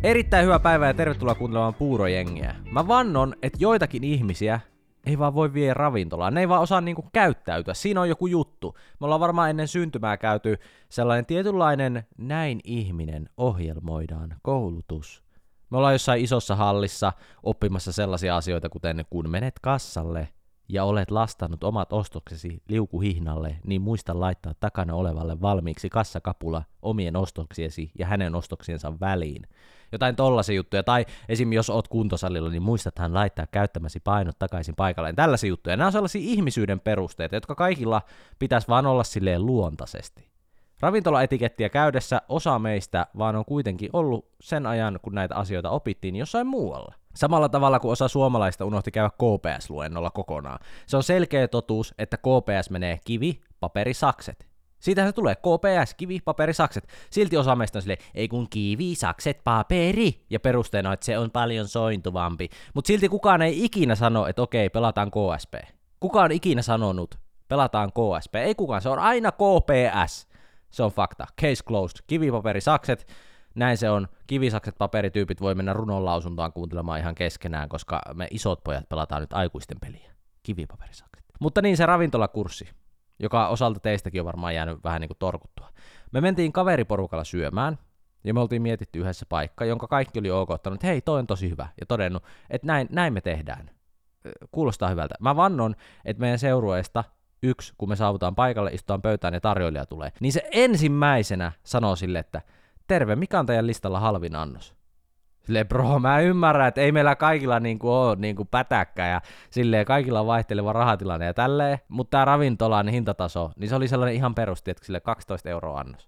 Erittäin hyvää päivää ja tervetuloa kuuntelemaan Puurojengiä. Mä vannon, että joitakin ihmisiä ei vaan voi viedä ravintolaan. Ne ei vaan osaa niinku käyttäytyä. Siinä on joku juttu. Me ollaan varmaan ennen syntymää käyty sellainen tietynlainen näin ihminen ohjelmoidaan koulutus. Me ollaan jossain isossa hallissa oppimassa sellaisia asioita, kuten kun menet kassalle ja olet lastannut omat ostoksesi liukuhihnalle, niin muista laittaa takana olevalle valmiiksi kassakapula omien ostoksiesi ja hänen ostoksiensa väliin. Jotain tollaisia juttuja, tai esim. Jos oot kuntosalilla, niin muistathan laittaa käyttämäsi painot takaisin paikalleen. Tällaisia juttuja. Nämä on sellaisia ihmisyyden perusteita, jotka kaikilla pitäisi vaan olla silleen luontaisesti. Ravintolaetikettiä käydessä osa meistä vaan on kuitenkin ollut sen ajan, kun näitä asioita opittiin jossain muualla. Samalla tavalla kuin osa suomalaista unohti käydä KPS-luennolla kokonaan. Se on selkeä totuus, että KPS menee kivi, paperi, sakset. Siitähän se tulee KPS, kivi, paperi, sakset. Silti osa meistä on silleen, ei kun kivi, sakset, paperi. Ja perusteena on, että se on paljon sointuvampi. Mutta silti kukaan ei ikinä sano, että okei, pelataan KSP. Kukaan on ikinä sanonut, pelataan KSP. Ei kukaan, se on aina KPS. Se on fakta. Case closed. Kivi, paperi, sakset. Näin se on. Kivisakset, paperityypit voi mennä runon lausuntoon kuuntelemaan ihan keskenään, koska me isot pojat pelataan nyt aikuisten peliä. Kivi, paperi, sakset. Mutta niin se ravintolakurssi, joka osalta teistäkin on varmaan jäänyt vähän niin kuin torkuttua. Me mentiin kaveriporukalla syömään, ja me oltiin mietitty yhdessä paikka, jonka kaikki oli ok ottanut, että hei, toi on tosi hyvä, ja todennut, että näin me tehdään. Kuulostaa hyvältä. Mä vannon, että meidän seurueesta yksi, kun me saavutaan paikalle, istutaan pöytään ja tarjoilija tulee, niin se ensimmäisenä sanoo sille, että terve, mikä on teidän listalla halvin annos? Silleen, bro, mä ymmärrän, että ei meillä kaikilla ole pätäkkä ja silleen kaikilla on vaihteleva rahatilanne ja tälleen, mutta tää ravintolan hintataso, niin se oli sellainen ihan perusti, että silleen 12 € annos.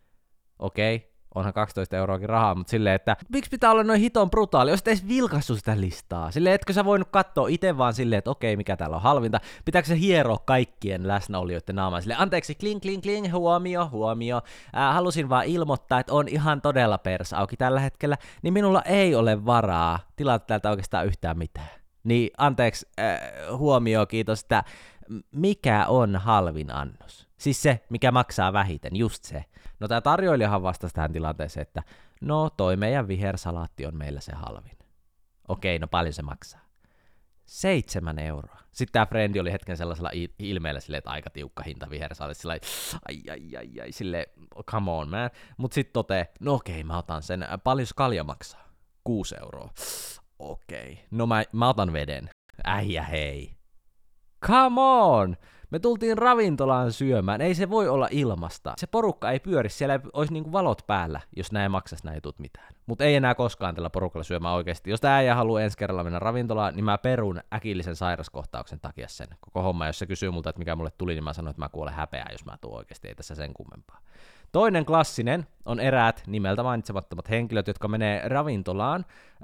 Okei, onhan 12 euroakin rahaa, mutta silleen, että miksi pitää olla noin hiton brutaali, jos et edes vilkassu sitä listaa? Silleen, etkö sä voinut katsoa itse vaan silleen, että okei, mikä täällä on halvinta? Pitääkö se hieroa kaikkien läsnäolijoiden naamaan? Silleen, anteeksi, kling, huomio. Halusin vaan ilmoittaa, että on ihan todella auki tällä hetkellä, niin minulla ei ole varaa tilata täältä oikeastaan yhtään mitään. Niin, anteeksi, huomio, kiitos, että mikä on halvin annos? Siis se, mikä maksaa vähiten, just se. No tää tarjoilijahan vastasi tähän tilanteeseen, että no toi meidän vihersalaatti on meillä se halvin. Okei, no paljon se maksaa? 7 €. Sitten tää frendi oli hetken sellaisella ilmeellä silleen, että aika tiukka hinta vihersalaatti, silleen, ai, silleen, come on man. Mut sit totee, no okei, mä otan sen, paljon kalja maksaa? 6 €. Okei, no mä otan veden. Äijä hei. Come on! Me tultiin ravintolaan syömään, ei se voi olla ilmasta. Se porukka ei pyöri, siellä ei olisi niinku valot päällä, jos näin maksas näin jutut mitään. Mutta ei enää koskaan tällä porukalla syömään oikeasti. Jos tää äijä haluaa ensi kerralla mennä ravintolaan, niin mä perun äkillisen sairaskohtauksen takia sen koko homma. Jos se kysyy multa, että mikä mulle tuli, niin mä sanon, että mä kuolen häpeää, jos mä tuun oikeasti, ei tässä sen kummempaa. Toinen klassinen on eräät nimeltä mainitsemattomat henkilöt, jotka menee ravintolaan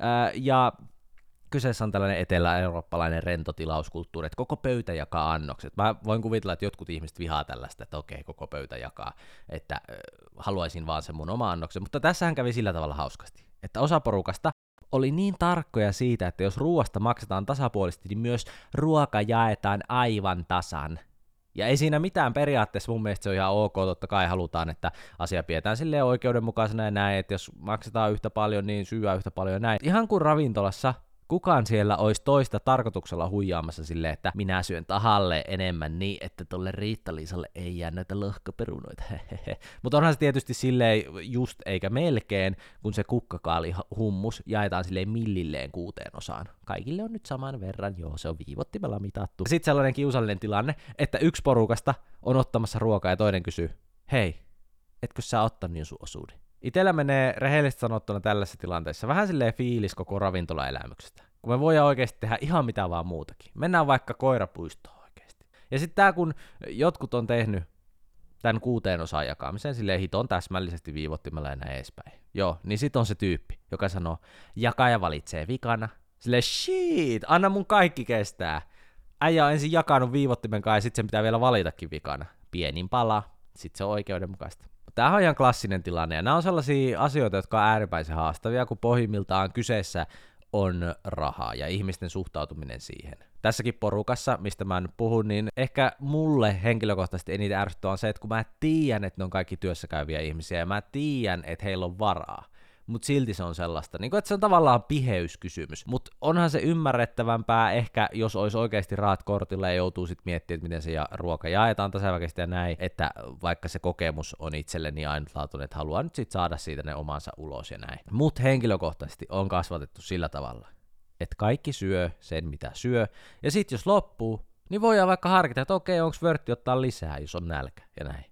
ja kyseessä on tällainen etelä-eurooppalainen rentotilauskulttuuri, että koko pöytä jakaa annokset. Mä voin kuvitella, että jotkut ihmiset vihaa tällaista, että okei, koko pöytä jakaa, että haluaisin vaan sen mun oma annoksen. Mutta tässähän kävi sillä tavalla hauskasti, että osa porukasta oli niin tarkkoja siitä, että jos ruoasta maksetaan tasapuolisesti, niin myös ruoka jaetaan aivan tasan. Ja ei siinä mitään periaatteessa, mun mielestä se on ihan ok, totta kai halutaan, että asia pidetään silleen oikeudenmukaisena ja näin, että jos maksetaan yhtä paljon, niin syyä yhtä paljon ja näin. Ihan kuin ravintolassa kukaan siellä olisi toista tarkoituksella huijaamassa silleen, että minä syön tahalle enemmän niin, että tolle Riitta-Liisalle ei jää näitä lohkaperunoita. Mutta onhan se tietysti silleen just eikä melkein, kun se kukkakaali hummus jaetaan silleen millilleen 6 osaan. Kaikille on nyt saman verran, joo, se on viivottimella mitattu. Sitten sellainen kiusallinen tilanne, että yksi porukasta on ottamassa ruokaa ja toinen kysyy, hei, etkö sä ottanut niin sun osuuden? Itellä menee rehellisesti sanottuna tällaisessa tilanteessa vähän silleen fiilis koko ravintolaelämyksestä, kun me voidaan oikeasti tehdä ihan mitä vaan muutakin. Mennään vaikka koirapuistoon oikeasti. Ja sitten tää, kun jotkut on tehnyt tämän 6 osaan jakamisen silleen hiton täsmällisesti viivottimella ja näin edespäin. Joo, niin sit on se tyyppi, joka sanoo, jakaja valitsee vikana. Silleen shit, anna mun kaikki kestää. Äijä on ensin jakanut viivottimen kanssa ja sit sen pitää vielä valitakin vikana. Pienin pala, sit se on oikeudenmukaista. Tämähän on ihan klassinen tilanne, ja nämä on sellaisia asioita, jotka on äärimmäisen haastavia, kun pohjimmiltaan kyseessä on raha ja ihmisten suhtautuminen siihen. Tässäkin porukassa, mistä mä nyt puhun, niin ehkä mulle henkilökohtaisesti eniten ärsyttävää on se, että kun mä tiedän, että ne on kaikki työssäkäyviä ihmisiä, ja mä tiedän, että heillä on varaa, mutta silti se on sellaista, niin kuin, että se on tavallaan piheyskysymys, mutta onhan se ymmärrettävämpää ehkä, jos olisi oikeasti rahat kortilla ja joutuu sitten miettimään, että miten se ruoka jaetaan tasaväkisesti ja näin, että vaikka se kokemus on itselle niin ainutlaatuinen, että haluaa nyt sitten saada siitä ne omansa ulos ja näin. Mutta henkilökohtaisesti on kasvatettu sillä tavalla, että kaikki syö sen, mitä syö, ja sitten jos loppuu, niin voidaan vaikka harkita, että okei, onko vörtti ottaa lisää, jos on nälkä ja näin.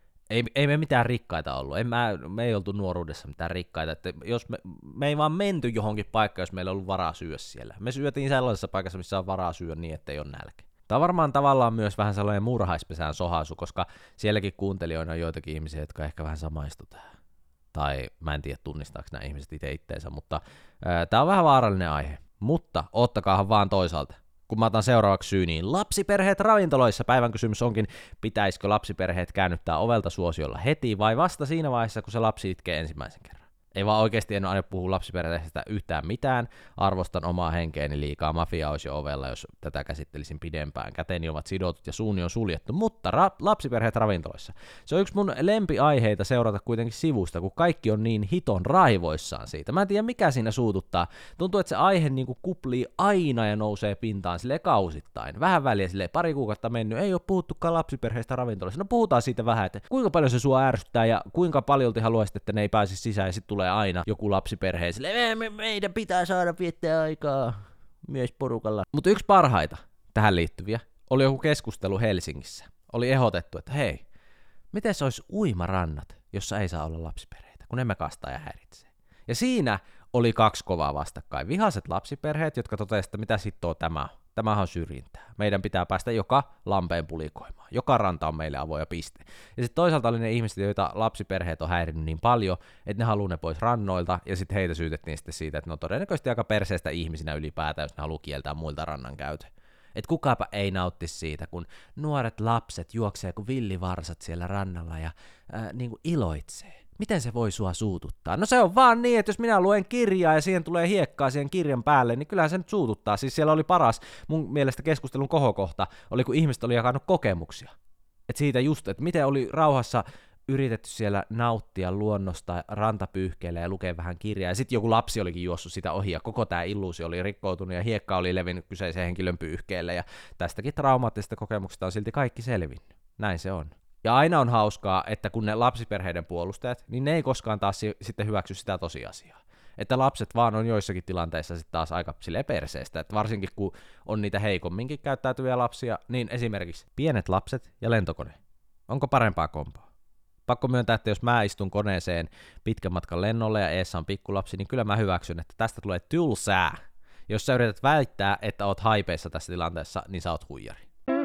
Ei me mitään rikkaita ollut, me ei oltu nuoruudessa mitään rikkaita, että jos me ei vaan menty johonkin paikkaan, jos meillä on ollut varaa syödä siellä. Me syötiin sellaisessa paikassa, missä on varaa syödä niin, että ei ole nälkä. Tämä on varmaan tavallaan myös vähän sellainen murhaispesään sohaisu, koska sielläkin kuuntelijoina on joitakin ihmisiä, jotka ehkä vähän samaistu tähän. Tai mä en tiedä tunnistaako nämä ihmiset itseensä, mutta tämä on vähän vaarallinen aihe. Mutta ottakaahan vaan toisaalta. Kun mä otan seuraavaksi syy, niin lapsiperheet ravintoloissa. Päivän kysymys onkin, pitäisikö lapsiperheet käännyttää ovelta suosiolla heti vai vasta siinä vaiheessa, kun se lapsi itkee ensimmäisen kerran. Ei vaan oikeasti en aina puhu lapsiperheestä yhtään mitään, arvostan omaa henkeäni liikaa, mafia olisi jo ovella, jos tätä käsittelisin pidempään, käteni ovat sidotut ja suuni on suljettu, mutta lapsiperheet ravintoloissa. Se on yksi mun lempiaiheita seurata kuitenkin sivusta, kun kaikki on niin hiton raivoissaan siitä. Mä en tiedä mikä siinä suututtaa, tuntuu, että se aihe niinku kuplii aina ja nousee pintaan silleen kausittain. Vähän väliä silleen pari kuukautta mennyt, ei ole puhuttukaan lapsiperheistä ravintoloissa. No puhutaan siitä vähän, että kuinka paljon se sua ärsyttää ja kuinka paljon te haluaisitte, että ne ei pääsisi sisään ja sitten tulee aina joku lapsiperhe silleen, meidän pitää saada viettää aikaa myös porukalla. Mutta yksi parhaita tähän liittyviä oli joku keskustelu Helsingissä. Oli ehdotettu, että hei, miten se olisi uimarannat, jossa ei saa olla lapsiperheitä, kun emme kastaa ja häiritsee. Ja siinä oli kaksi kovaa vastakkain. Vihaset lapsiperheet, jotka totesivat, että mitä hittoa tämä on. Tämähän on syrjintää. Meidän pitää päästä joka lampeen pulikoimaan. Joka ranta on meille avoja piste. Ja sitten toisaalta oli ne ihmiset, joita lapsiperheet on häirinnyt niin paljon, että ne haluaa ne pois rannoilta, ja sitten heitä syytettiin sitten siitä, että ne on todennäköisesti aika perseestä ihmisinä ylipäätään, jos ne haluaa kieltää muilta rannan käytön. Että kukaapa ei nautti siitä, kun nuoret lapset juoksee kuin villivarsat siellä rannalla ja niin kuin iloitsee. Miten se voi sua suututtaa? No se on vaan niin, että jos minä luen kirjaa ja siihen tulee hiekkaa siihen kirjan päälle, niin kyllähän se nyt suututtaa. Siis siellä oli paras, mun mielestä keskustelun kohokohta, oli kun ihmiset oli jakanut kokemuksia. Että siitä just, että miten oli rauhassa yritetty siellä nauttia luonnosta rantapyyhkeellä ja lukea vähän kirjaa. Ja sitten joku lapsi olikin juossut sitä ohi ja koko tämä illuusio oli rikkoutunut ja hiekka oli levinnyt kyseisen henkilön pyyhkeelle. Ja tästäkin traumaattisesta kokemuksesta on silti kaikki selvinnyt. Näin se on. Ja aina on hauskaa, että kun ne lapsiperheiden puolustajat, niin ne ei koskaan taas sitten hyväksy sitä tosiasiaa. Että lapset vaan on joissakin tilanteissa sitten taas aika silleen perseestä, että varsinkin kun on niitä heikomminkin käyttäytyviä lapsia, niin esimerkiksi pienet lapset ja lentokone. Onko parempaa kompoa? Pakko myöntää, että jos mä istun koneeseen pitkän matkan lennolle ja eessä on pikkulapsi, niin kyllä mä hyväksyn, että tästä tulee tylsää. Jos sä yrität väittää, että oot haipeissa tässä tilanteessa, niin sä oot huijari.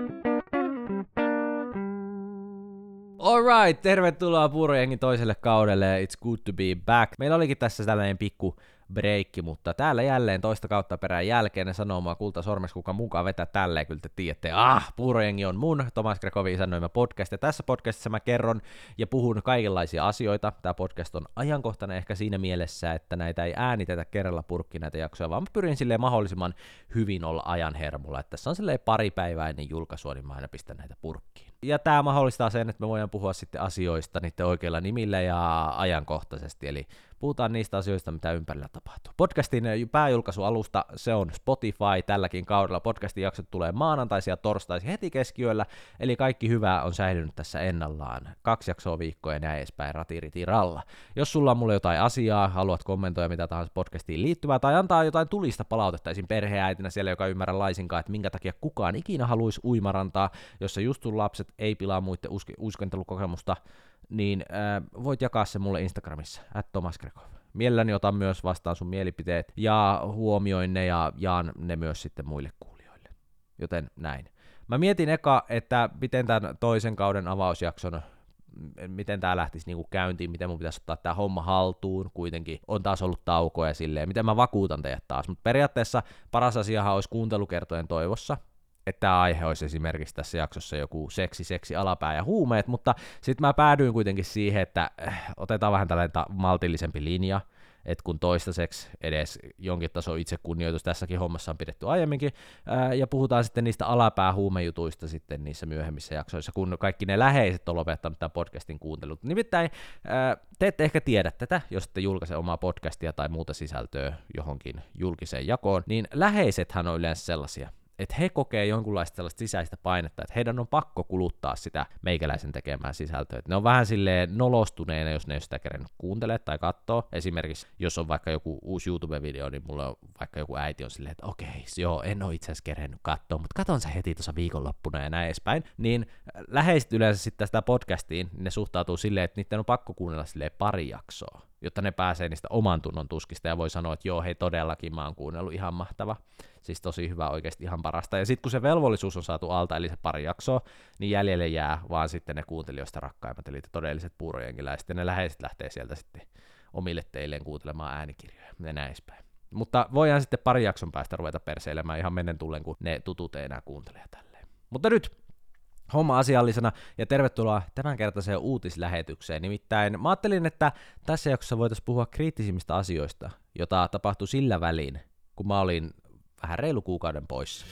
Alright, tervetuloa Puurojengin toiselle kaudelle, it's good to be back. Meillä olikin tässä tällainen pikku breikki, mutta täällä jälleen toista kautta perään jälkeen ne sanoo mua kulta sormeksi, kuka mukaan vetää tälleen, kyllä te tiedätte, Puurojengi on mun, Tomas Grekovin isännöimä podcast, ja tässä podcastissa mä kerron ja puhun kaikenlaisia asioita. Tää podcast on ajankohtainen ehkä siinä mielessä, että näitä ei äänitetä kerralla purkki näitä jaksoja, vaan mä pyrin silleen mahdollisimman hyvin olla ajan hermolla, että tässä on silleen pari päivää ennen julkaisua, niin mä aina pistän näitä purkkiin. Ja tää mahdollistaa sen, että me voidaan puhua sitten asioista niiden oikeilla nimillä ja ajankohtaisesti, eli puhutaan niistä asioista, mitä ympärillä tapahtuu. Podcastin pääjulkaisualusta, se on Spotify tälläkin kaudella. Podcastin jaksot tulee maanantaisia ja torstaisin heti keskiyöllä, eli kaikki hyvää on säilynyt tässä ennallaan. 2 jaksoa viikkoa ja näin edespäin ralla. Jos sulla on mulle jotain asiaa, haluat kommentoida mitä tahansa podcastiin liittyvää, tai antaa jotain tulista palautetta esim. Perheäitinä siellä, joka ei ymmärrä laisinkaan, että minkä takia kukaan ikinä haluaisi uimarantaa, jossa just sun lapset ei pilaa muiden uiskentelukokemusta, niin voit jakaa se mulle Instagramissa, @TomasGrekov. Mielelläni otan myös vastaan sun mielipiteet ja huomioin ne ja jaan ne myös sitten muille kuulijoille. Joten näin. Mä mietin eka, että miten tämän toisen kauden avausjakson, miten tää lähtisi niinku käyntiin, miten mun pitäisi ottaa tää homma haltuun, kuitenkin on taas ollut taukoja ja silleen, miten mä vakuutan teidät taas, mutta periaatteessa paras asiahan olisi kuuntelukertojen toivossa, että tämä aihe olisi esimerkiksi tässä jaksossa joku seksi, alapää ja huumeet, mutta sitten mä päädyin kuitenkin siihen, että otetaan vähän tällainen maltillisempi linja, että kun toistaiseksi edes jonkin tason itsekunnioitus tässäkin hommassa on pidetty aiemminkin, ja puhutaan sitten niistä alapäähuumejutuista sitten niissä myöhemmissä jaksoissa, kun kaikki ne läheiset on lopettanut tämän podcastin kuuntelut. Nimittäin te ette ehkä tiedä tätä, jos ette julkaise omaa podcastia tai muuta sisältöä johonkin julkiseen jakoon, niin läheisethän on yleensä sellaisia, että he kokee jonkunlaista sellaista sisäistä painetta, että heidän on pakko kuluttaa sitä meikäläisen tekemää sisältöä. Et ne on vähän silleen nolostuneena, jos ne ei ole sitä kerennyt kuuntelemaan tai katsoa. Esimerkiksi, jos on vaikka joku uusi YouTube-video, niin mulla on vaikka joku äiti on silleen, että okei, joo, en ole itse asiassa kerennyt katsoa, mutta katon sä heti tuossa viikonloppuna ja näin edespäin. Niin läheiset yleensä sitten sitä podcastiin, niin ne suhtautuu silleen, että niiden on pakko kuunnella silleen pari jaksoa, jotta ne pääsee niistä oman tunnon tuskista ja voi sanoa, että joo, hei todellakin mä oon kuunnellut, ihan mahtava. Siis tosi hyvä, oikeasti ihan parasta. Ja sitten kun se velvollisuus on saatu alta, eli se pari jaksoa, niin jäljelle jää vaan sitten ne kuuntelijoista rakkaimmat, eli todelliset puurojenkiläiset, ja ne läheiset lähtee sieltä sitten omille teilleen kuuntelemaan äänikirjoja ja näin edespäin. Mutta voidaan sitten pari jakson päästä ruveta perseilemään ihan mennen tullen, kun ne tutut ei enää kuuntele tälleen. Mutta nyt homma asiallisena, ja tervetuloa tämänkertaiseen uutislähetykseen. Nimittäin mä ajattelin, että tässä jaksossa voitaisiin puhua kriittisimmistä asioista, jota tapahtui sillä välin, kun mä olin vähän reilu kuukauden poissa.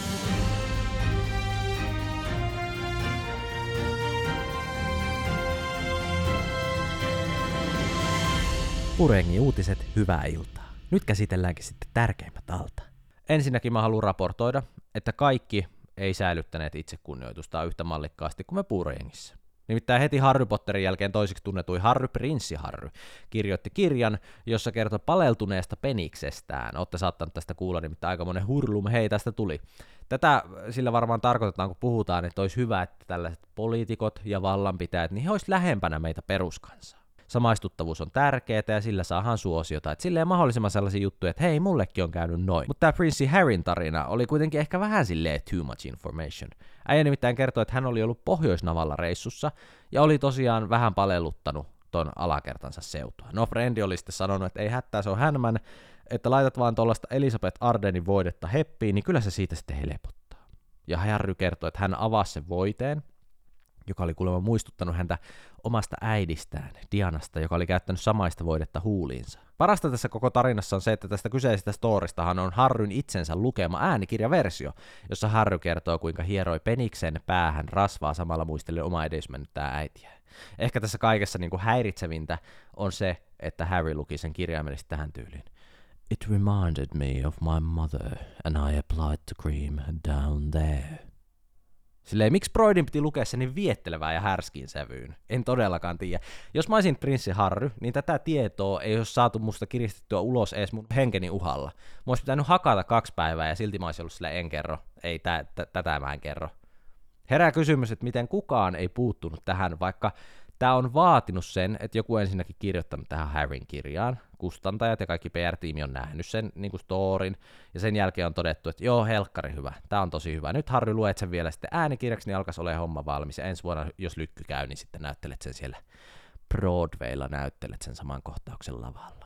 Puurojengi uutiset, hyvää iltaa. Nyt käsitelläänkin sitten tärkeimmät alta. Ensinnäkin mä haluan raportoida, että kaikki ei säilyttäneet itsekunnioitustaan yhtä mallikkaasti kuin me puurojengissä. Nimittäin heti Harry Potterin jälkeen toisiksi tunnetui Harry Prinssi Harry kirjoitti kirjan, jossa kertoi paleltuneesta peniksestään. Olette saattanut tästä kuulla, nimittäin aikamoinen hurlum, hei tästä tuli. Tätä sillä varmaan tarkoitetaan, kun puhutaan, että olisi hyvä, että tällaiset poliitikot ja vallanpitäjät, niin he olisi lähempänä meitä peruskansaa. Samaistuttavuus on tärkeää ja sillä saadaan suosiota, että silleen mahdollisimman sellaisia juttuja, että hei, mullekin on käynyt noin. Mutta tämä Prinssi Harryn tarina oli kuitenkin ehkä vähän silleen too much information. Äijä nimittäin kertoi, että hän oli ollut Pohjoisnavalla reissussa ja oli tosiaan vähän palelluttanut ton alakertansa seutua. No Frendi oli sitten sanonut, että ei hätää, se on hänmän, että laitat vaan tuollaista Elisabeth Ardenin voidetta heppiin, niin kyllä se siitä sitten helpottaa. Ja Harry kertoi, että hän avasi sen voiteen, joka oli kuulemma muistuttanut häntä omasta äidistään, Dianasta, joka oli käyttänyt samaista voidetta huuliinsa. Parasta tässä koko tarinassa on se, että tästä kyseisestä storistahan on Harryn itsensä lukema äänikirjaversio, jossa Harry kertoo, kuinka hieroi peniksen päähän rasvaa samalla muistellen omaa edesmennyttää äitiä. Ehkä tässä kaikessa niin kuin häiritsevintä on se, että Harry luki sen kirjaimellisesti tähän tyyliin. It reminded me of my mother, and I applied the cream down there. Silleen, miksi Broidin piti lukea sen niin viettelevää ja härskiin sävyyn? En todellakaan tiedä. Jos mä olisin Prinssi Harry, niin tätä tietoa ei olisi saatu musta kiristettyä ulos edes mun henkeni uhalla. Mä olisi pitänyt hakata 2 päivää ja silti mä olisin ollut silleen, en kerro. Ei, tätä mä en kerro. Herää kysymys, että miten kukaan ei puuttunut tähän, vaikka tämä on vaatinut sen, että joku ensinnäkin kirjoittanut tähän Harryn kirjaan, kustantajat ja kaikki PR-tiimi on nähnyt sen niin kuin storin, ja sen jälkeen on todettu, että joo, helkkari hyvä, tämä on tosi hyvä. Nyt Harry luet sen vielä sitten äänikirjaksi, niin alkaisi olemaan homma valmis, ja ensi vuonna, jos lykky käy, niin sitten näyttelet sen siellä Broadwaylla, näyttelet sen saman kohtauksen lavalla.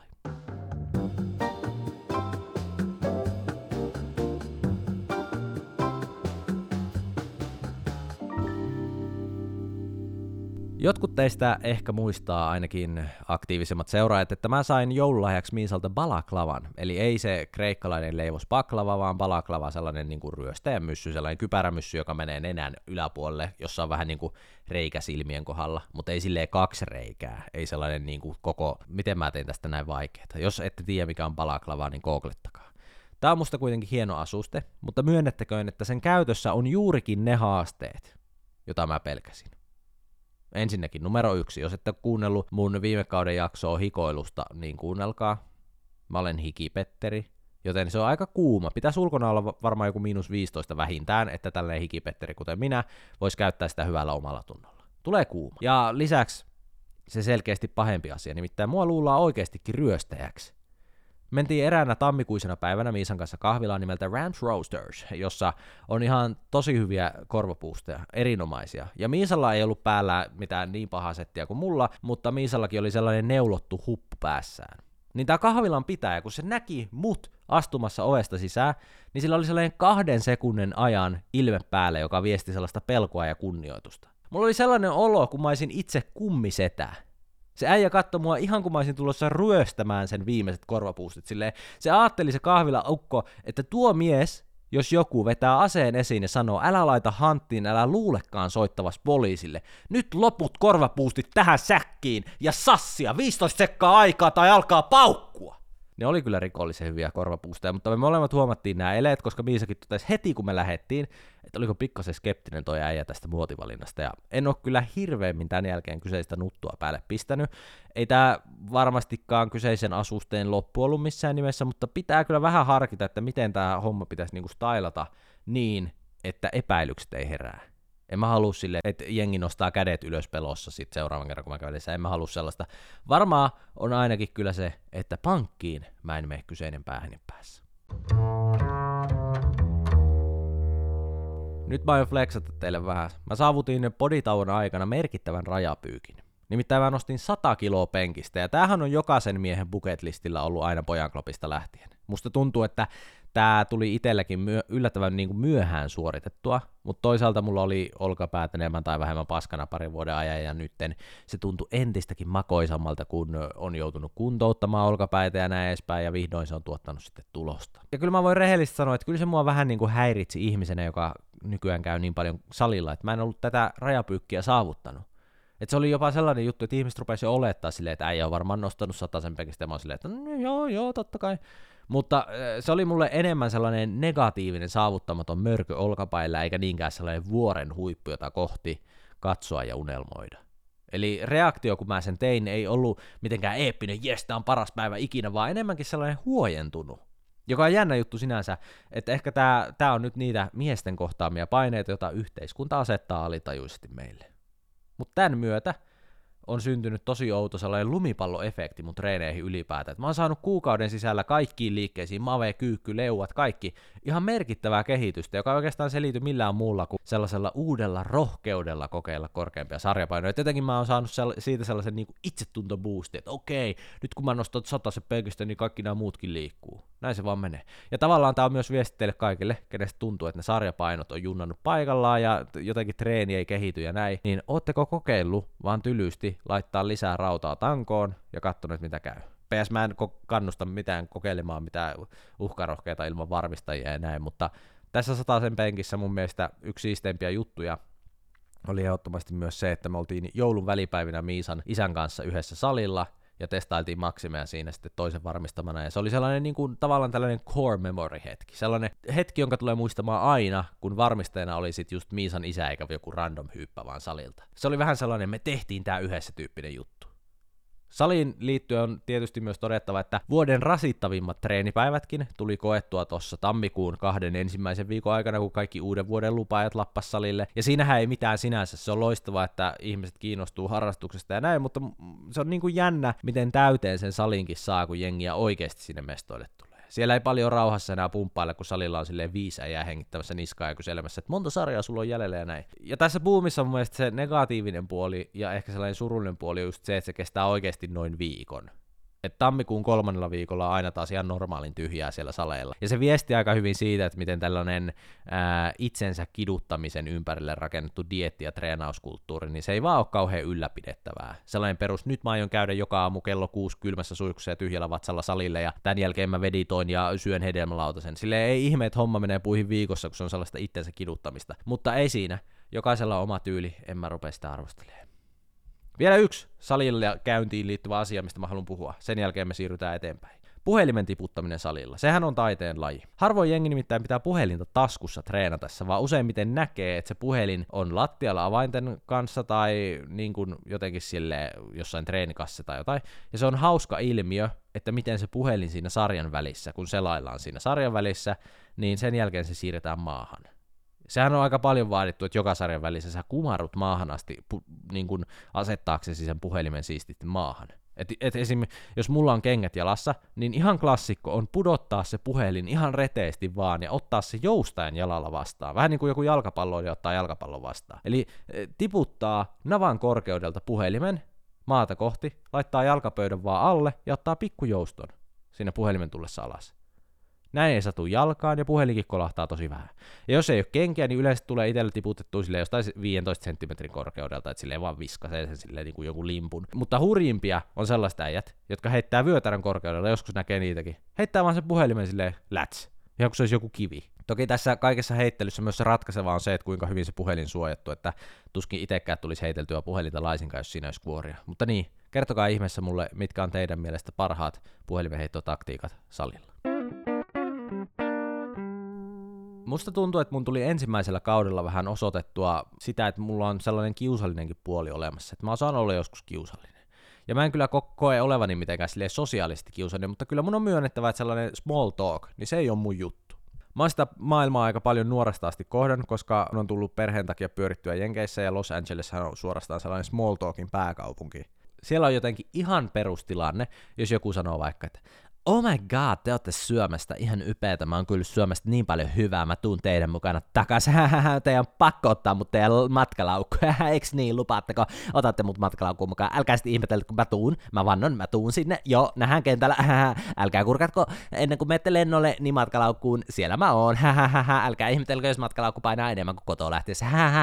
Jotkut teistä ehkä muistaa, ainakin aktiivisemmat seuraajat, että mä sain joululahjaksi Miisalta balaklavan, eli ei se kreikkalainen leivos baklava, vaan balaklava, sellainen niin kuin ryöstäjämyssy, sellainen kypärämyssy, joka menee nenän yläpuolelle, jossa on vähän niin kuin reikä silmien kohdalla, mutta ei silleen 2 reikää, ei sellainen niin kuin koko, miten mä tein tästä näin vaikeeta. Jos ette tiedä mikä on balaklava, niin googlettakaa. Tää on musta kuitenkin hieno asuste, mutta myönnettäköön, että sen käytössä on juurikin ne haasteet, jota mä pelkäsin. Ensinnäkin numero 1, jos ette kuunnellut mun viime kauden jaksoa hikoilusta, niin kuunnelkaa. Mä olen hikipetteri, joten se on aika kuuma. Pitäisi ulkona olla varmaan joku -15 vähintään, että tällainen hikipetteri, kuten minä, voisi käyttää sitä hyvällä omalla tunnolla. Tulee kuuma. Ja lisäksi se selkeästi pahempi asia, nimittäin mua luullaan oikeastikin ryöstäjäksi. Mentiin eräänä tammikuisena päivänä Miisan kanssa kahvilaan nimeltä Ranch Roasters, jossa on ihan tosi hyviä korvapuusteja, erinomaisia. Ja Miisalla ei ollut päällä mitään niin pahaa settiä kuin mulla, mutta Miisallakin oli sellainen neulottu huppu päässään. Niin tää kahvilan pitäjä, kun se näki mut astumassa ovesta sisään, niin sillä oli sellainen 2 sekunnin ajan ilme päälle, joka viesti sellaista pelkoa ja kunnioitusta. Mulla oli sellainen olo, kun mä olisin itse kummisetä. Se äijä katsoi mua ihan kuin mä olisin tulossa ryöstämään sen viimeiset korvapuustit. Silleen, se ajatteli se kahvila ukko, että tuo mies, jos joku vetää aseen esiin ja sanoo, älä laita hanttiin, älä luulekaan soittavas poliisille. Nyt loput korvapuustit tähän säkkiin ja sassia, 15 sekkaa aikaa tai alkaa paukkua. Ne oli kyllä rikollisen hyviä korvapuusteja, mutta me molemmat huomattiin nämä eleet, koska Miisakin totesi heti kun me lähdettiin, että oliko pikkasen skeptinen toi äijä tästä muotivalinnasta, ja en ole kyllä hirveämmin tämän jälkeen kyseistä nuttua päälle pistänyt. Ei tää varmastikaan kyseisen asusteen loppu ollut missään nimessä, mutta pitää kyllä vähän harkita, että miten tää homma pitäisi niinku stylata niin, että epäilykset ei herää. En mä halua silleen, että jengi nostaa kädet ylös pelossa sit seuraavan kerran, kun mä kävelin. En mä halua sellaista. Varmaan on ainakin kyllä se, että pankkiin mä en mene kyseinen päähäni päässä. Nyt mä aion flexata teille vähän. Mä saavutin poditauon aikana merkittävän rajapyykin. Nimittäin mä nostin 100 kiloa penkistä, ja tämähän on jokaisen miehen bucket-listillä ollut aina pojanklopista lähtien. Musta tuntuu, että tää tuli itselläkin yllättävän niin kuin myöhään suoritettua, mutta toisaalta mulla oli olkapäät enemmän tai vähemmän paskana parin vuoden ajan, ja nytten se tuntui entistäkin makoisammalta, kun on joutunut kuntouttamaan olkapäitä ja näin edespäin, ja vihdoin se on tuottanut sitten tulosta. Ja kyllä mä voin rehellisesti sanoa, että kyllä se mua vähän niin kuin häiritsi ihmisenä, joka nykyään käy niin paljon salilla, että mä en ollut tätä rajapyykkiä saavuttanut. Et se oli jopa sellainen juttu, että ihmiset rupesi jo olettaa silleen, että äijä on varmaan nostanut 100 penkistä, ja mä oon silleen, että no, joo, totta kai. Mutta se oli mulle enemmän sellainen negatiivinen saavuttamaton mörkö olkapäillä, eikä niinkään sellainen vuoren huippu, jota kohti katsoa ja unelmoida. Eli reaktio, kun mä sen tein, ei ollut mitenkään eeppinen, jes, tää on paras päivä ikinä, vaan enemmänkin sellainen huojentunut. Joka on jännä juttu sinänsä, että ehkä tää on nyt niitä miesten kohtaamia paineita, joita yhteiskunta asettaa alitajuisesti meille. Mutta tämän myötä on syntynyt tosi outo sellainen lumipalloefekti mun treeneihin ylipäätään. Et mä oon saanut kuukauden sisällä kaikkiin liikkeisiin, mave, kyykky, leuat, kaikki, ihan merkittävää kehitystä, joka ei oikeastaan selity millään muulla kuin sellaisella uudella rohkeudella kokeilla korkeampia sarjapainoja. Et jotenkin mä oon saanut siitä sellaisen niin kuin itsetuntoboostin, että okei, nyt kun mä nostan 100 penkistä, niin kaikki nämä muutkin liikkuu. Näin se vaan menee. Ja tavallaan tää on myös viesti teille kaikille, kenestä tuntuu, että ne sarjapainot on junnannut paikallaan ja jotenkin treeni ei kehity ja näin, niin ootteko kokeillut vaan tylysti laittaa lisää rautaa tankoon ja katsonut, mitä käy. PS mä en kannusta mitään kokeilemaan mitään uhkarohkeita ilman varmistajia ja näin, mutta tässä 100 penkissä mun mielestä yksi siisteimpiä juttuja oli ehdottomasti myös se, että me oltiin joulun välipäivinä Miisan isän kanssa yhdessä salilla, ja testailtiin maksimeja siinä sitten toisen varmistamana, ja se oli sellainen niin kuin, tavallaan tällainen core memory hetki, sellainen hetki, jonka tulee muistamaan aina, kun varmistajana oli sit just Miisan isä eikä joku random hyyppä vaan salilta. Se oli vähän sellainen, me tehtiin tää yhdessä tyyppinen juttu. Saliin liittyen on tietysti myös todettava, että vuoden rasittavimmat treenipäivätkin tuli koettua tuossa tammikuun 2 ensimmäisen viikon aikana, kun kaikki uuden vuoden lupaajat lappas salille. Ja siinähän ei mitään sinänsä, se on loistavaa, että ihmiset kiinnostuu harrastuksesta ja näin, mutta se on niin kuin jännä, miten täyteen sen salinkin saa, kun jengiä oikeasti sinne mestoille tulee. Siellä ei paljon rauhassa enää pumppailla, kun salilla on silleen 5 äijää hengittämässä niskaa ja kyselemässä, että monta sarjaa sulla on jäljellä ja näin. Ja tässä boomissa mun mielestä se negatiivinen puoli ja ehkä sellainen surullinen puoli on just se, että se kestää oikeasti noin viikon. Että tammikuun 3. viikolla on aina taas ihan normaalin tyhjää siellä saleilla. Ja se viesti aika hyvin siitä, että miten tällainen itsensä kiduttamisen ympärille rakennettu dieetti- ja treenauskulttuuri, niin se ei vaan ole kauhean ylläpidettävää. Sellainen perus, nyt mä aion käydä joka aamu kello 6 kylmässä suihkussa ja tyhjällä vatsalla salille, ja tämän jälkeen mä veditoin ja syön hedelmälautasen. Silleen ei ihme, että homma menee puihin viikossa, kun se on sellaista itsensä kiduttamista. Mutta ei siinä. Jokaisella on oma tyyli, en mä rupea sitä arvostelemaan. Vielä yksi salilla käyntiin liittyvä asia, mistä mä haluan puhua. Sen jälkeen me siirrytään eteenpäin. Puhelimen tiputtaminen salilla. Sehän on taiteen laji. Harvoin jengi nimittäin pitää puhelinta taskussa treenatessa, vaan useimmiten näkee, että se puhelin on lattialla avainten kanssa tai niin kuin jotenkin sille jossain treenikassa tai jotain. Ja se on hauska ilmiö, että miten se puhelin siinä sarjan välissä, kun selaillaan siinä sarjan välissä, niin sen jälkeen se siirretään maahan. Sehän on aika paljon vaadittu, että joka sarjan välissä sä kumarrut maahan asti niin kun asettaaksesi sen puhelimen siististi maahan. Et esim. Jos mulla on kengät jalassa, niin ihan klassikko on pudottaa se puhelin ihan reteesti vaan ja ottaa se joustaen jalalla vastaan. Vähän niin kuin joku jalkapalloilija ottaa jalkapallon vastaan. Eli tiputtaa navan korkeudelta puhelimen maata kohti, laittaa jalkapöydän vaan alle ja ottaa pikkujouston siinä puhelimen tullessa alas. Näin ei satu jalkaan ja puhelinkin kolahtaa tosi vähän. Ja jos ei ole kenkiä, niin yleensä tulee itselle tiputettua silleen jostain 15 senttimetrin korkeudelta, että silleen vaan viskasee sen silleen niin kuin joku limpun. Mutta hurjimpia on sellaiset äijät, jotka heittää vyötärön korkeudella, joskus näkee niitäkin. Heittää vaan sen puhelimen silleen läts, ihan kuin se olisi joku kivi. Toki tässä kaikessa heittelyssä myös se ratkaiseva on se, että kuinka hyvin se puhelin suojattu, että tuskin itsekään tulisi heiteltyä puhelinta laisinkaan, jos siinä olisi kuoria. Mutta niin, kertokaa ihmeessä mulle, mitkä on teidän mielestä parhaat puhelimenheittotaktiikat salilla. Musta tuntuu, että mun tuli ensimmäisellä kaudella vähän osoitettua sitä, että mulla on sellainen kiusallinenkin puoli olemassa, että mä osaan olla joskus kiusallinen. Ja mä en kyllä koe olevani mitenkään silleen sosiaalisesti kiusallinen, mutta kyllä mun on myönnettävä, että sellainen small talk, niin se ei ole mun juttu. Mä oon sitä maailmaa aika paljon nuoresta asti kohdannut, koska on tullut perheen takia pyörittyä Jenkeissä ja Los Angeles on suorastaan sellainen small talkin pääkaupunki. Siellä on jotenkin ihan perustilanne, jos joku sanoo vaikka, että oh my god, te ootte Syömästä ihan ypeätä, mä oon kyllä Syömästä niin paljon hyvää, mä tuun teidän mukana takas, teidän on pakko ottaa mut teidän matkalaukku, eiks niin, lupaatteko, otatte mut matkalaukkuun mukaan, älkää sitten ihmetellä, kun mä vannon, mä tuun sinne, joo, nähdään kentällä, älkää kurkatko, ennen kuin menette lennolle, niin matkalaukkuun, siellä mä oon, älkää ihmetelkö, jos matkalaukku painaa enemmän kuin kotoa lähtiessä,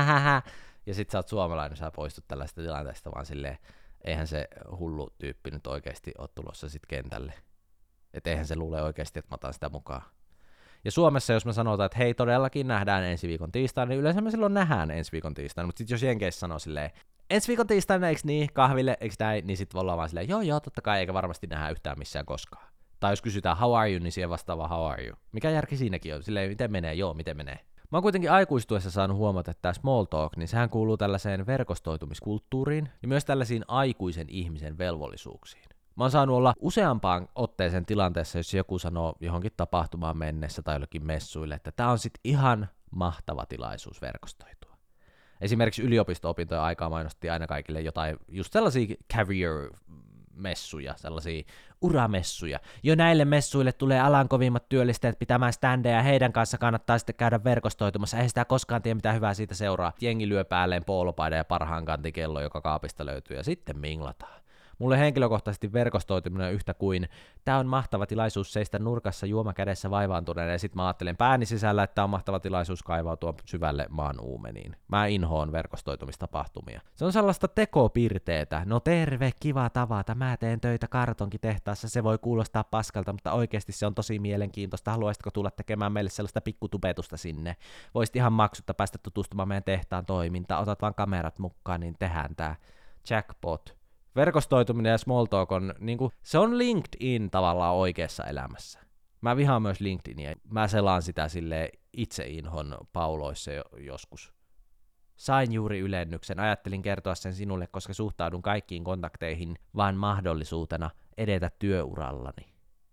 ja sit sä oot suomalainen, sä poistut tällaista tilanteesta, vaan silleen, eihän se hullu tyyppi nyt oikeesti oo tulossa sit kentälle. Että eihän se luule oikeasti, että mä otan sitä mukaan. Ja Suomessa, jos me sanotaan, että hei, todellakin nähdään ensi viikon tiistaina, niin yleensä me silloin nähdään ensi viikon tiistaina. Mutta sitten jos Jenkeissä sanoo silleen, ensi viikon tiistaina, eiks niin, kahville, eiks näin, niin sitten ollaan vaan silleen, joo, totta kai, eikä varmasti nähdä yhtään missään koskaan. Tai jos kysytään how are you, niin siihen vastaava how are you. Mikä järki siinäkin on? Silleen, miten menee? Joo, miten menee? Mä oon kuitenkin aikuistuessa saanut huomata, että tämä small talk, niin sehän kuuluu tällaiseen verkostoitumiskulttuuriin ja myös tällaisiin aikuisen ihmisen velvollisuuksiin. Mä oon saanut olla useampaan otteeseen tilanteessa, jos joku sanoo johonkin tapahtumaan mennessä tai jollekin messuille, että tää on sit ihan mahtava tilaisuus verkostoitua. Esimerkiksi yliopisto-opintojen aikaa mainostettiin aina kaikille jotain, just sellaisia career-messuja, sellaisia uramessuja. Jo näille messuille tulee alan kovimmat työllistäjät pitämään standeja, heidän kanssa kannattaa sitten käydä verkostoitumassa, ei sitä koskaan tiedä mitä hyvää siitä seuraa. Jengi lyö päälleen poolopaidan ja parhaan kantikello, joka kaapista löytyy, ja sitten minglataan. Mulle henkilökohtaisesti verkostoituminen on yhtä kuin, tää on mahtava tilaisuus seistä nurkassa juoma kädessä vaivaantuneena, ja sit mä ajattelen pääni sisällä, että tää on mahtava tilaisuus kaivautua syvälle maan uumeniin. Mä inhoon verkostoitumistapahtumia. Se on sellaista tekopirteetä, no terve, kiva tavata, mä teen töitä kartonkitehtaassa, se voi kuulostaa paskalta, mutta oikeesti se on tosi mielenkiintoista, haluaisitko tulla tekemään meille sellaista pikkutubetusta sinne? Voisit ihan maksutta päästä tutustumaan meidän tehtaan toimintaan, otat vaan kamerat mukaan, niin tehdään tää jackpot. Verkostoituminen ja small talk on, niinku, se on LinkedIn tavallaan oikeassa elämässä. Mä vihaan myös LinkedInia. Mä selaan sitä silleen itse inhon pauloissa joskus. Sain juuri ylennyksen, ajattelin kertoa sen sinulle, koska suhtaudun kaikkiin kontakteihin vain mahdollisuutena edetä työurallani.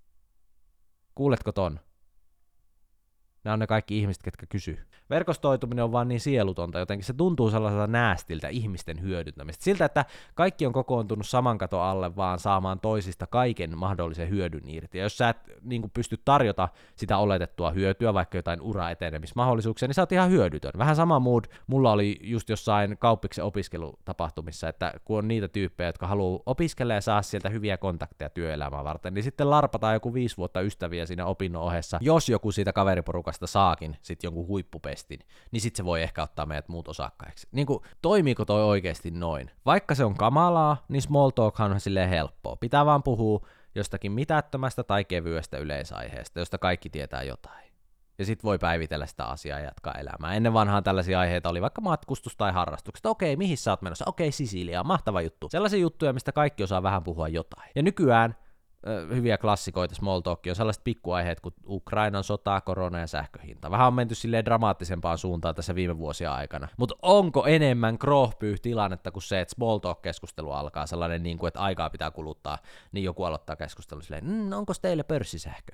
Kuuletko ton? Nämä on ne kaikki ihmiset, ketkä kysyy. Verkostoituminen on vaan niin sielutonta, jotenkin se tuntuu sellaiselta näästiltä ihmisten hyödyntämistä. Siltä, että kaikki on kokoontunut saman katon alle vaan saamaan toisista kaiken mahdollisen hyödyn irti. Ja jos sä et niin kuin pysty tarjota sitä oletettua hyötyä, vaikka jotain ura-etenemismahdollisuuksia, niin sä oot ihan hyödytön. Vähän sama mood mulla oli just jossain kauppiksen opiskelutapahtumissa, että kun on niitä tyyppejä, jotka haluaa opiskella ja saa sieltä hyviä kontakteja työelämää varten, niin sitten larpataan joku 5 vuotta ystäviä siinä opinnon ohessa. Jos joku siitä kaveriporukasta saakin sit jonkun huippupestin, niin sit se voi ehkä ottaa meidät muut osakkaiksi. Niinku, toimiiko toi oikeesti noin? Vaikka se on kamalaa, niin small talkhan on silleen helppoa. Pitää vaan puhua jostakin mitättömästä tai kevyestä yleisaiheesta, josta kaikki tietää jotain. Ja sit voi päivitellä sitä asiaa ja jatkaa elämää. Ennen vanhaan tällaisia aiheita oli vaikka matkustus tai harrastukset. Okei, mihin sä oot menossa? Okei, Sisilia, mahtava juttu. Sellaisia juttuja, mistä kaikki osaa vähän puhua jotain. Ja nykyään hyviä klassikoita small talkia on sellaiset pikkuaiheet kuin Ukrainan sota, korona ja sähköhinta. Vähän on menty silleen dramaattisempaan suuntaan tässä viime vuosien aikana. Mutta onko enemmän krohpyy-tilannetta kuin se, että small talk-keskustelu alkaa sellainen, niin kuin, että aikaa pitää kuluttaa, niin joku aloittaa keskustelun silleen, onko teille pörssisähkö?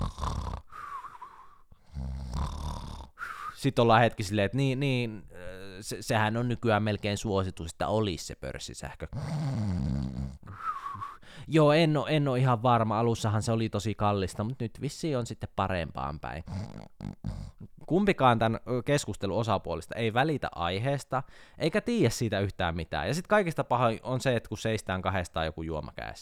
Sitten ollaan hetki silleen, että sehän on nykyään melkein suositus, että olisi se pörssisähkö. Joo, en ole ihan varma. Alussahan se oli tosi kallista, mutta nyt vissiin on sitten parempaan päin. Kumpikaan tämän keskustelun osapuolista ei välitä aiheesta, eikä tiedä siitä yhtään mitään. Ja sitten kaikista pahoin on se, että kun seistään kahdestaan joku juoma kädessä.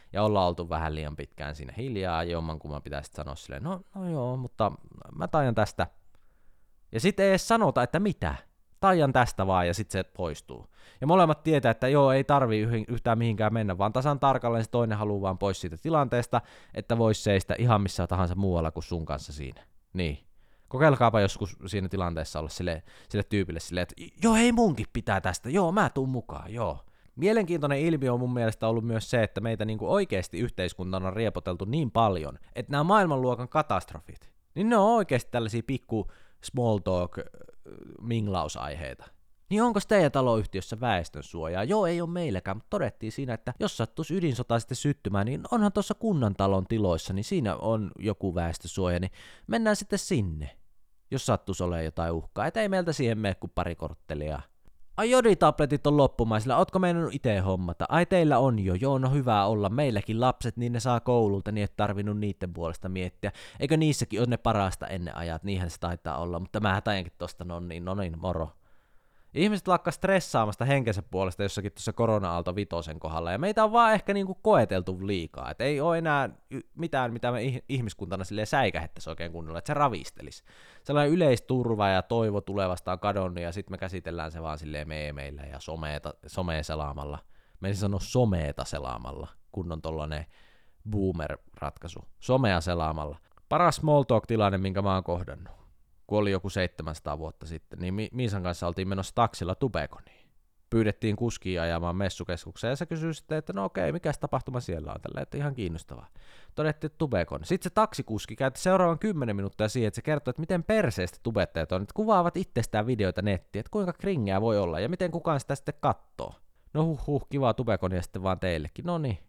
ja ollaan oltu vähän liian pitkään siinä hiljaa, jommankumman pitäisi sanoa silleen, no joo, mutta mä taian tästä. Ja sitten ei edes sanota, että mitä. Taian tästä vaan, ja sitten se poistuu. Ja molemmat tietää, että joo, ei tarvii yhtään mihinkään mennä, vaan tasan tarkalleen se toinen haluaa vaan pois siitä tilanteesta, että vois seistä ihan missä tahansa muualla kuin sun kanssa siinä. Niin. Kokeilkaapa joskus siinä tilanteessa olla sille tyypille silleen, että joo, hei munkin pitää tästä, joo, mä tuun mukaan, joo. Mielenkiintoinen ilmiö on mun mielestä ollut myös se, että meitä niinku oikeasti yhteiskuntana on riepoteltu niin paljon, että nämä maailmanluokan katastrofit, niin ne on oikeasti tällaisia pikku small talk minglausaiheita. Niin onko teidän taloyhtiössä väestönsuojaa? Joo, ei ole meilläkään, mutta todettiin siinä, että jos sattuisi ydinsota sitten syttymään, niin onhan tuossa kunnantalon tiloissa, niin siinä on joku väestösuoja, niin mennään sitten sinne, jos sattuisi olemaan jotain uhkaa. Et ei meiltä siihen mene kuin pari korttelia. Ai joditabletit on loppumaisilla, ootko meinannut itse hommata? Ai teillä on jo, joo no hyvä olla, meilläkin lapset, niin ne saa koululta, niin et tarvinnut niiden puolesta miettiä. Eikö niissäkin ole ne parasta ennen ajat, niinhän se taitaa olla, mutta mä taidankin tosta, no niin, moro. Ihmiset lakkaa stressaamasta henkensä puolesta jossakin tuossa korona-aalto vitosen kohdalla, ja meitä on vaan ehkä niinku koeteltu liikaa, et ei ole enää mitään, mitä me ihmiskuntana silleen säikähettäisiin oikein kunnolla, että se ravistelisi. Sellainen yleisturva ja toivo tulevasta on kadonnut, ja sitten me käsitellään se vaan silleen meemeillä ja somea selaamalla. Mä en sano someeta selaamalla, kun on tollanen boomer-ratkaisu. Somea selaamalla. Paras small talk-tilanne, minkä mä oon kohdannut, kun oli joku 700 vuotta sitten, niin Miisan kanssa oltiin menossa taksilla Tubeconiin. Pyydettiin kuskia ajamaan messukeskukseen, ja se kysyi sitten, että no okei, mikäs tapahtuma siellä on tällä, että ihan kiinnostavaa. Todettiin, että Tubecon. Sitten se taksikuski käytti seuraavan 10 minuuttia siihen, että se kertoi, että miten perseestä tubettajat on, että kuvaavat itsestään videoita nettiin, että kuinka kringeä voi olla, ja miten kukaan sitä sitten kattoo. No kivaa Tubeconia sitten vaan teillekin, no niin.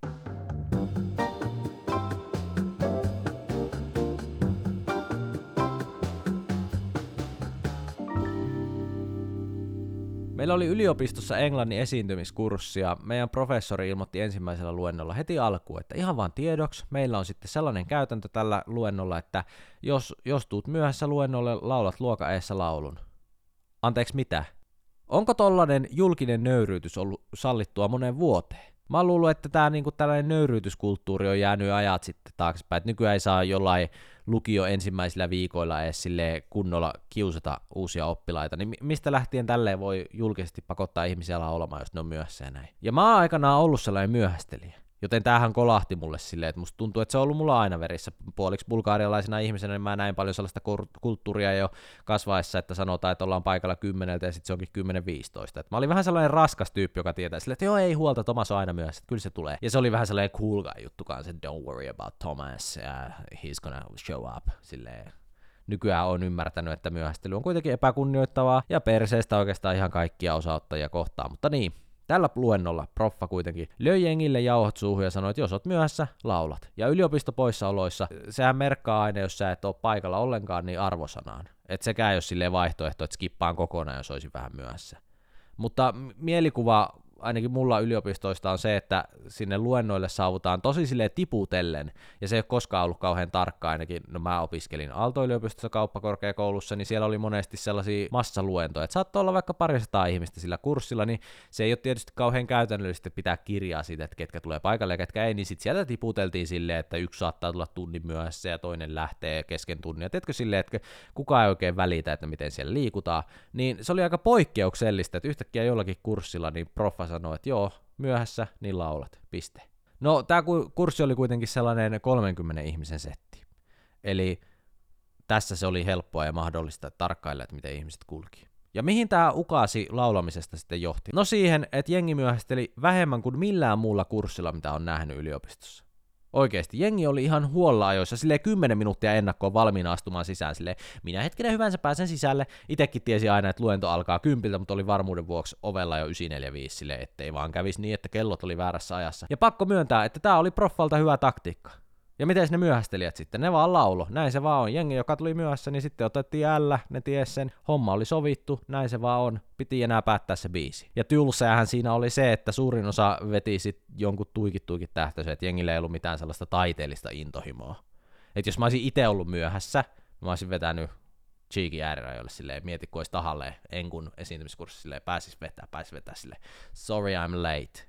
Meillä oli yliopistossa englannin esiintymiskurssi ja meidän professori ilmoitti ensimmäisellä luennolla heti alkuun, että ihan vaan tiedoksi, meillä on sitten sellainen käytäntö tällä luennolla, että jos tuut myöhässä luennolle, laulat luokan eessä laulun. Anteeksi mitä? Onko tollainen julkinen nöyryytys ollut sallittua moneen vuoteen? Mä oon luullut, että tää niinku tällainen nöyryytyskulttuuri on jäänyt ajat sitten taaksepäin, että nykyään ei saa jollain lukio ensimmäisillä viikoilla edes silleen kunnolla kiusata uusia oppilaita, niin mistä lähtien tälleen voi julkisesti pakottaa ihmisiä laulamaan, jos ne on myöhässä ja näin. Ja mä oon aikanaan ollut sellainen myöhästelijä, joten tämähän kolahti mulle silleen, että musta tuntuu, että se on ollut mulla aina verissä. Puoliksi bulgaarialaisena ihmisenä, niin mä näin paljon sellaista kulttuuria jo kasvaessa, että sanotaan, että ollaan paikalla 10 ja sitten se onkin 10:15. Et mä olin vähän sellainen raskas tyyppi, joka tietää silleen, että joo ei huolta, Thomas on aina myöhässä, että kyllä se tulee. Ja se oli vähän sellainen cool guy juttu kanssa, että don't worry about Thomas, he's gonna show up, silleen. Nykyään on ymmärtänyt, että myöhästely on kuitenkin epäkunnioittavaa ja perseestä oikeastaan ihan kaikkia osaottajia kohtaan, mutta niin. Tällä luennolla proffa kuitenkin löi jengille jauhot suuhun ja sanoi, että jos oot myöhässä, laulat. Ja yliopistopoissaoloissa, sehän merkkaa aina, jos sä et ole paikalla ollenkaan, niin arvosanaan. Että sekään ei ole silleen vaihtoehto, että skippaan kokonaan, jos olisin vähän myöhässä. Mutta mielikuva ainakin mulla yliopistoista on se, että sinne luennoille saavutaan tosi silleen tiputellen, ja se ei ole koskaan ollut kauhean tarkka, ainakin, no mä opiskelin Aalto-yliopistossa kauppakorkeakoulussa, niin siellä oli monesti sellaisia massaluentoja, että saattoi olla vaikka 200 ihmistä sillä kurssilla, niin se ei ole tietysti kauhean käytännöllisesti pitää kirjaa siitä, että ketkä tulee paikalle ja ketkä ei, niin sitten sieltä tiputeltiin silleen, että yksi saattaa tulla tunnin myöhässä ja toinen lähtee kesken tunnin, ja teetkö silleen, että kukaan ei oikein välitä, että miten siellä liikutaan, niin se oli aika poikkeuksellista, että yhtäkkiä jollakin kurssilla niin proffa sanoi, että joo, myöhässä, niin laulat, piste. No, tämä kurssi oli kuitenkin sellainen 30 ihmisen setti. Eli tässä se oli helppoa ja mahdollista tarkkailla, että miten ihmiset kulki. Ja mihin tämä ukaasi laulamisesta sitten johti? No siihen, että jengi myöhästeli vähemmän kuin millään muulla kurssilla, mitä on nähnyt yliopistossa. Oikeesti, jengi oli ihan huolla ajoissa, silleen 10 minuuttia ennakkoon valmiina astumaan sisään, silleen minä hetkenä hyvänsä pääsen sisälle. Itekin tiesi aina, että luento alkaa 10, mutta oli varmuuden vuoksi ovella jo 9:45, silleen ettei vaan kävisi niin, että kellot oli väärässä ajassa. Ja pakko myöntää, että tää oli proffalta hyvä taktiikka. Ja miten ne myöhästelijät sitten? Ne vaan laulo. Näin se vaan on. Jengi, joka tuli myöhässä, niin sitten otettiin ne ties sen. Homma oli sovittu, näin se vaan on. Piti enää päättää se biisi. Ja tylsäähän siinä oli se, että suurin osa veti sit jonkun tuikit tähtöisen, että jengillä ei ollut mitään sellaista taiteellista intohimoa. Että jos mä olisin itse ollut myöhässä, mä olisin vetänyt cheeky äärirajoille silleen, mieti kun olisi tahalleen enkun esiintymiskurssi silleen, pääsis vetää silleen, sorry I'm late.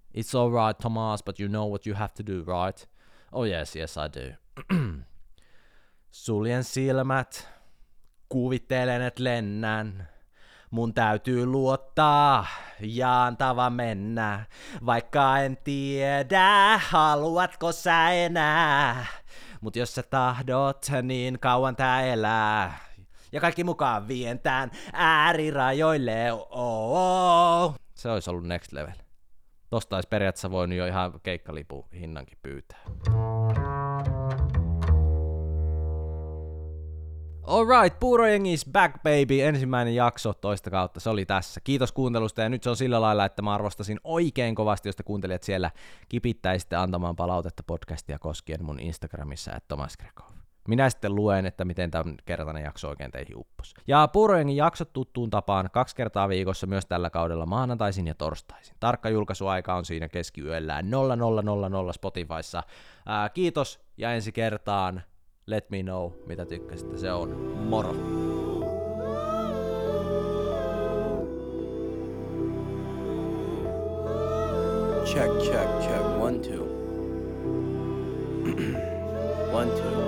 It's alright, Thomas, but you know what you have to do, right? Oh yes, I do. Suljen silmät, kuvittelen, et lennän. Mun täytyy luottaa ja antava mennä, vaikka en tiedä, haluatko sä enää. Mut jos sä tahdot, niin kauan tää elää. Ja kaikki mukaan vien tän äärirajoille, Se olisi ollut next level. Tosta olisi periaatteessa voinut jo ihan keikkalipun hinnankin pyytää. Alright, Puurojengi is back baby, ensimmäinen jakso toista kautta, se oli tässä. Kiitos kuuntelusta ja nyt se on sillä lailla, että mä arvostasin oikein kovasti, jos te kuuntelijat siellä kipittäisitte antamaan palautetta podcastia koskien mun Instagramissa @TomasGrekov. Minä sitten luen, että miten tämän kertainen jakso oikein teihin upposi. Ja Puurojengin jaksot tuttuun tapaan 2 kertaa viikossa myös tällä kaudella maanantaisin ja torstaisin. Tarkka julkaisuaika on siinä keskiyöllä 00:00 Spotifyssa. Kiitos ja ensi kertaan. Let me know, mitä tykkäsitte. Se on moro. Check, 1, 2. 1, 2.